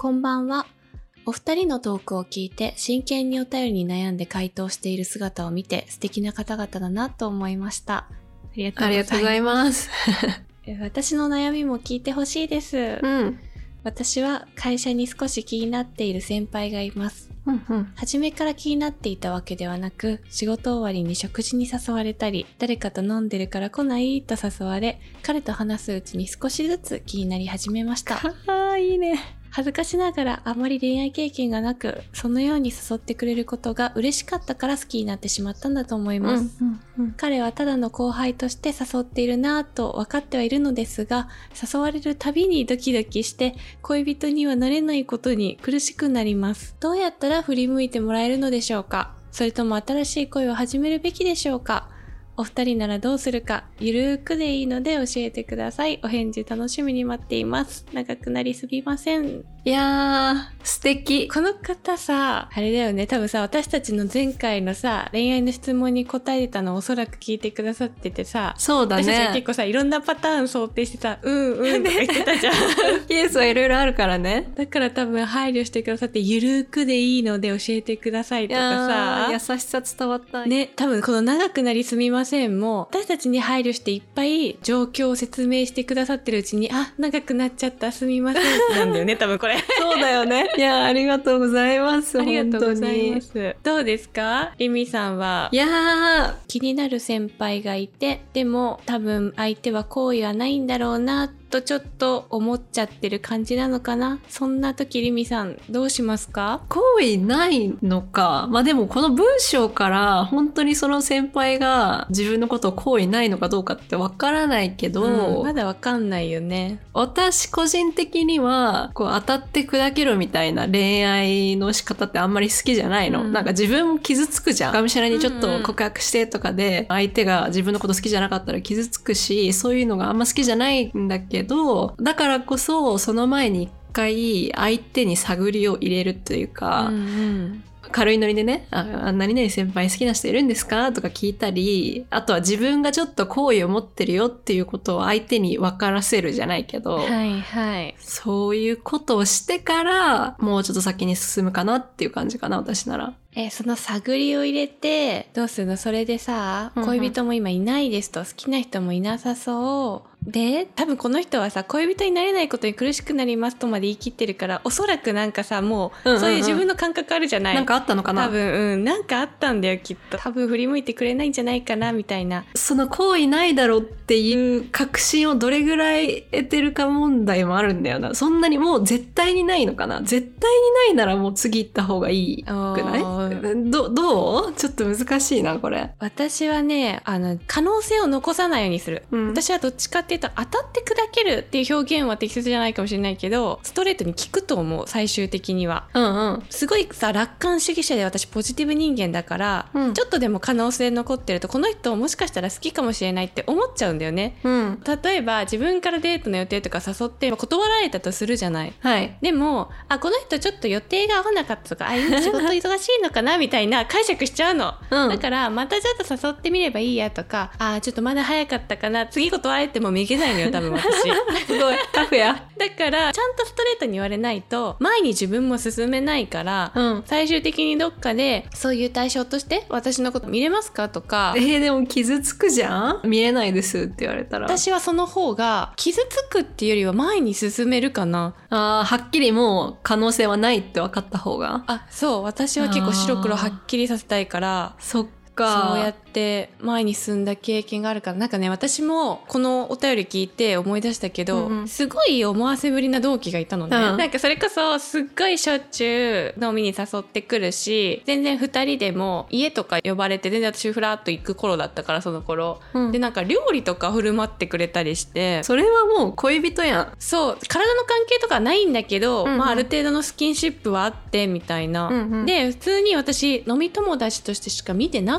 こんばんは。お二人のトークを聞いて真剣にお便りに悩んで回答している姿を見て素敵な方々だなと思いました。ありがとうございます。私の悩みも聞いてほしいです。私は会社に少し気になっている先輩がいます。初めから気になっていたわけではなく、仕事終わりに食事に誘われたり、誰かと飲んでるから来ないと誘われ、彼と話すうちに少しずつ気になり始めました。 いいね。 恥ずかしながらあまり恋愛経験がなく、そのように誘ってくれることが嬉しかったから好きになってしまったんだと思います。彼はただの後輩として誘っているなぁと分かってはいるのですが、誘われるたびにドキドキして恋人にはなれないことに苦しくなります。どうやったら振り向いてもらえるのでしょうか？それとも新しい恋を始めるべきでしょうか？お二人ならどうするか、ゆるーくでいいので教えてください。お返事楽しみに待っています。長くなりすぎません。 いやー、素敵。 この方さ、あれだよね、多分さ、私たちの前回のさ、恋愛の質問に答えてたのをおそらく聞いてくださっててさ、 そうだね。 私たちは結構さ、いろんなパターン想定してさ、とか言ってたじゃん。 ケースはいろいろあるからね。 だから多分配慮してくださって、ゆるーくでいいので教えてくださいとかさ。 優しさ伝わった。 ね、多分この長くなりすみませんも、私たちに配慮していっぱい状況を説明してくださってるうちに、長くなっちゃったすみませんなんだよね、多分これ。 そうだよね。いや、ありがとうございます。 ありがとうございます。どうですか？リミさんは。 いやー、 気になる先輩がいて、でも多分相手は好意はないんだろうなとちょっと思っちゃってる感じなのかな。そんな時リミさんどうしますか？ 好意ないのか。まあでもこの文章から本当にその先輩が自分のことを好意ないのかどうかってわからないけど、 まだわかんないよね。 私個人的にはこう当たって砕けるみたいな恋愛の仕方ってあんまり好きじゃないの。なんか自分も傷つくじゃん。がむしゃらにちょっと告白してとかで、相手が自分のこと好きじゃなかったら傷つくし、そういうのがあんま好きじゃないんだけど、だからこそその前に一回相手に探りを入れるというか、軽いノリでね、何々先輩好きな人いるんですかとか聞いたり、あとは自分がちょっと好意を持ってるよっていうことを相手に分からせるじゃないけど、そういうことをしてからもうちょっと先に進むかなっていう感じかな、私なら。 その探りを入れてどうするの？それでさ、恋人も今いないですと、好きな人もいなさそうで、多分この人はさ、恋人になれないことに苦しくなりますとまで言い切ってるから、おそらくなんかさ、もうそういう自分の感覚あるじゃない？ なんかあったのかな？ 多分なんかあったんだよきっと。多分振り向いてくれないんじゃないかなみたいな。 その好意ないだろうっていう確信をどれぐらい得てるか問題もあるんだよな。そんなにもう絶対にないのかな？絶対にないならもう次行った方がいいくない？どう？ちょっと難しいなこれ。 私はね、可能性を残さないようにする。私はどっちかっていうと、当たって砕けるっていう表現は適切じゃないかもしれないけど、ストレートに効くと思う、最終的には。すごいさ、楽観主義者で私ポジティブ人間だから、ちょっとでも可能性残ってると、この人もしかしたら好きかもしれないって思っちゃうんだよね。例えば自分からデートの予定とか誘って断られたとするじゃない。でも、この人ちょっと予定が合わなかったとか、今仕事忙しいのかなみたいな解釈しちゃうの。だからまたちょっと誘ってみればいいやとか、ちょっとまだ早かったかな、次断られてもめげないのよ多分私。 すごいタフや。 だからちゃんとストレートに言われないと前に自分も進めないから、最終的にどっかでそういう対象として私のこと見れますかとか。 でも傷つくじゃん、見れないですって言われたら。 私はその方が傷つくっていうよりは前に進めるかな。 はっきりもう可能性はないって分かった方が。 そう、私は結構白黒はっきりさせたいから。 そっか。 そうやって前に進んだ経験があるから、なんかね、私もこのお便り聞いて思い出したけど、すごい思わせぶりな同期がいたのね。なんかそれこそすっごいしょっちゅう飲みに誘ってくるし、全然2人でも家とか呼ばれて、全然私フラッと行く頃だったから、その頃、でなんか料理とか振る舞ってくれたりして。 それはもう恋人やん。 そう、体の関係とかはないんだけど、ある程度のスキンシップはあってみたいな、で普通に私飲み友達としてしか見てな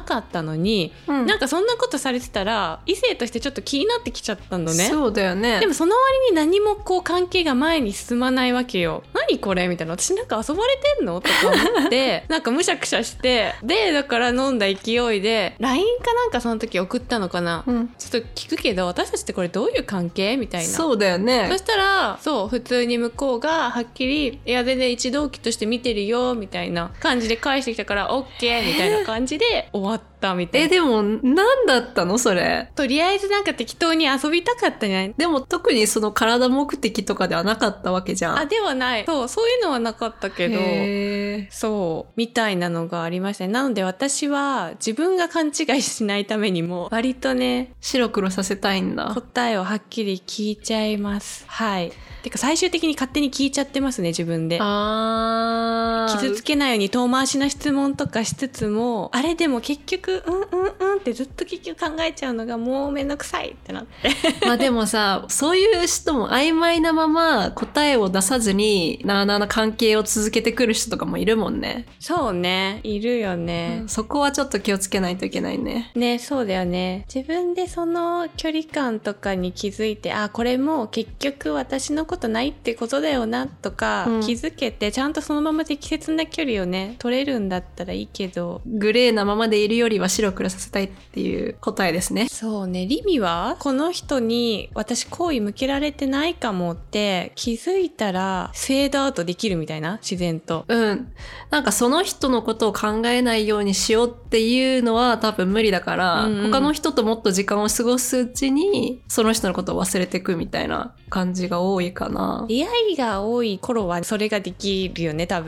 かったのに、なんかそんなことされてたら異性としてちょっと気になってきちゃったのね。 そうだよね。 でもその割に何もこう関係が前に進まないわけよ。何これみたいな、私なんか遊ばれてんのとか思ってなんかむしゃくしゃして、でだから飲んだ勢いで LINE かなんかその時送ったのかな、ちょっと聞くけど私たちってこれどういう関係みたいな。 そうだよね。 そしたらそう普通に向こうがはっきりいや全然一同期として見てるよみたいな感じで返してきたから OK みたいな感じで終わったみたいな。 でも何だったのそれ。 とりあえずなんか適当に遊びたかったんじゃない？ でも特にその体目的とかではなかったわけじゃん。 あ、ではない。そういうのはなかったけど、そうみたいなのがありましたね。なので私は自分が勘違いしないためにも割とね白黒させたいんだ。 答えをはっきり聞いちゃいます。はい。てか最終的に勝手に聞いちゃってますね、自分で。傷つけないように遠回しな質問とかしつつも、あれでも結局ってずっと結局考えちゃうのがもうめんどくさいってなってまあでもさ、そういう人も曖昧なまま答えを出さずになあなあな関係を続けてくる人とかもいるもんね。 そうね、いるよね、 そこはちょっと気をつけないといけないね。 ね、そうだよね。自分でその距離感とかに気づいて、あ、これも結局私のことないってことだよなとか、気づけてちゃんとそのまま適切な距離をね取れるんだったらいいけど、 グレーなままでいるよりは白黒させたいっていう答えですね。 そうね。リミはこの人に私好意向けられてないかもって気づいたらフェードアウトできるみたいな、自然と。 なんかその人のことを考えないようにしようっていうのは多分無理だから、他の人ともっと時間を過ごすうちにその人のことを忘れていくみたいな感じが多いかな。 出会いが多い頃はそれができるよね、多分。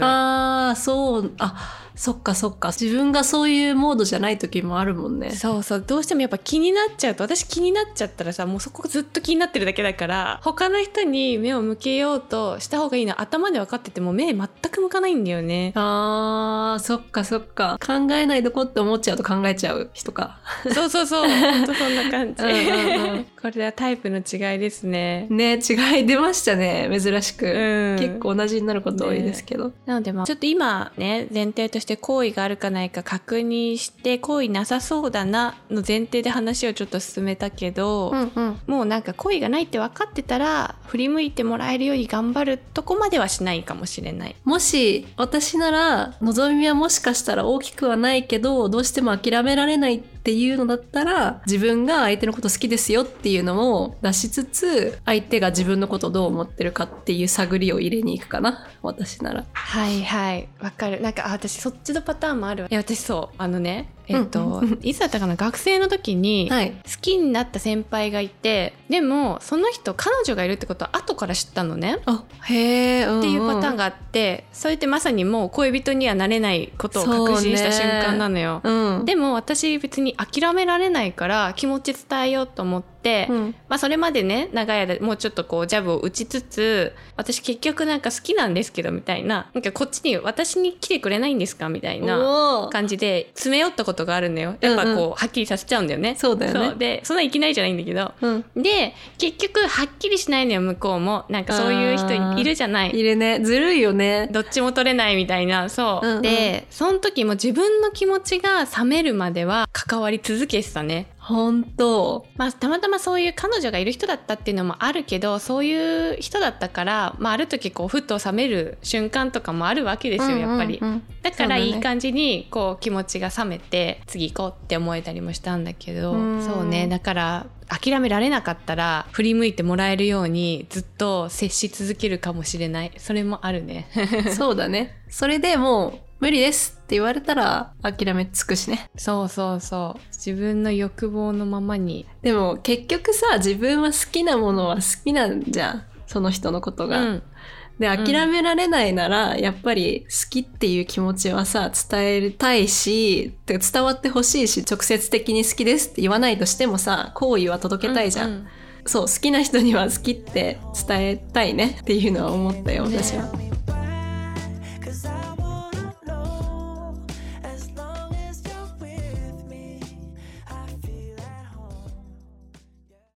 そっかそっか。自分がそういうモードじゃない時もあるもんね。 そうそう。どうしてもやっぱ気になっちゃうと、私気になっちゃったらさ、もうそこずっと気になってるだけだから、他の人に目を向けようとした方がいいの頭で分かってても目全く向かないんだよね。 そっかそっか。考えないでこって思っちゃうと考えちゃう人か。 そうほんとそんな感じ。これはタイプの違いですね。 ね、違い出ましたね。珍しく。結構同じになること多いですけど。 なのでちょっと今ね、前提として好意があるかないか確認して、好意なさそうだなの前提で話をちょっと進めたけど、もうなんか好意がないって分かってたら振り向いてもらえるように頑張るとこまではしないかもしれない。 もし私なら望みはもしかしたら大きくはないけどどうしても諦められないっていうのだったら、自分が相手のこと好きですよっていうのを出しつつ、相手が自分のことをどう思ってるかっていう探りを入れに行くかな、私なら。 はいはい、わかる。なんか私そっちのパターンもあるわ。いや私そういつだったかな、学生の時に好きになった先輩がいて、でもその人彼女がいるってことは後から知ったのね。 へー、 っていうパターンがあって、それってまさにもう恋人にはなれないことを確信した瞬間なのよ。でも私別に諦められないから気持ち伝えようと思って、それまでね長い間もうちょっとこうジャブを打ちつつ、私結局なんか好きなんですけどみたいな、なんかこっちに私に来てくれないんですかみたいな感じで詰め寄ったことがあるのよ。やっぱこうはっきりさせちゃうんだよね。 そうだよね。 でそんないきなりじゃないんだけど、で結局はっきりしないのよ、向こうも。なんかそういう人いるじゃない。 いるね。ずるいよね。 どっちも取れないみたいな。でその時も自分の気持ちが冷めるまでは関わり続けてたね。 本当。 たまたまそういう彼女がいる人だったっていうのもあるけど、そういう人だったから、ある時こうふっと冷める瞬間とかもあるわけですよ、やっぱり。だからいい感じにこう気持ちが冷めて次行こうって思えたりもしたんだけど、そうね。だから諦められなかったら振り向いてもらえるようにずっと接し続けるかもしれない。それもあるね。 そうだね。それでもう無理ですって言われたら諦めつくしね。 そう自分の欲望のままに。 でも結局さ、自分は好きなものは好きなんじゃん、その人のことが。で諦められないなら、やっぱり好きっていう気持ちはさ伝えたいし、伝わってほしいし、直接的に好きですって言わないとしてもさ、好意は届けたいじゃん。そう、好きな人には好きって伝えたいねっていうのは思ったよ、私は。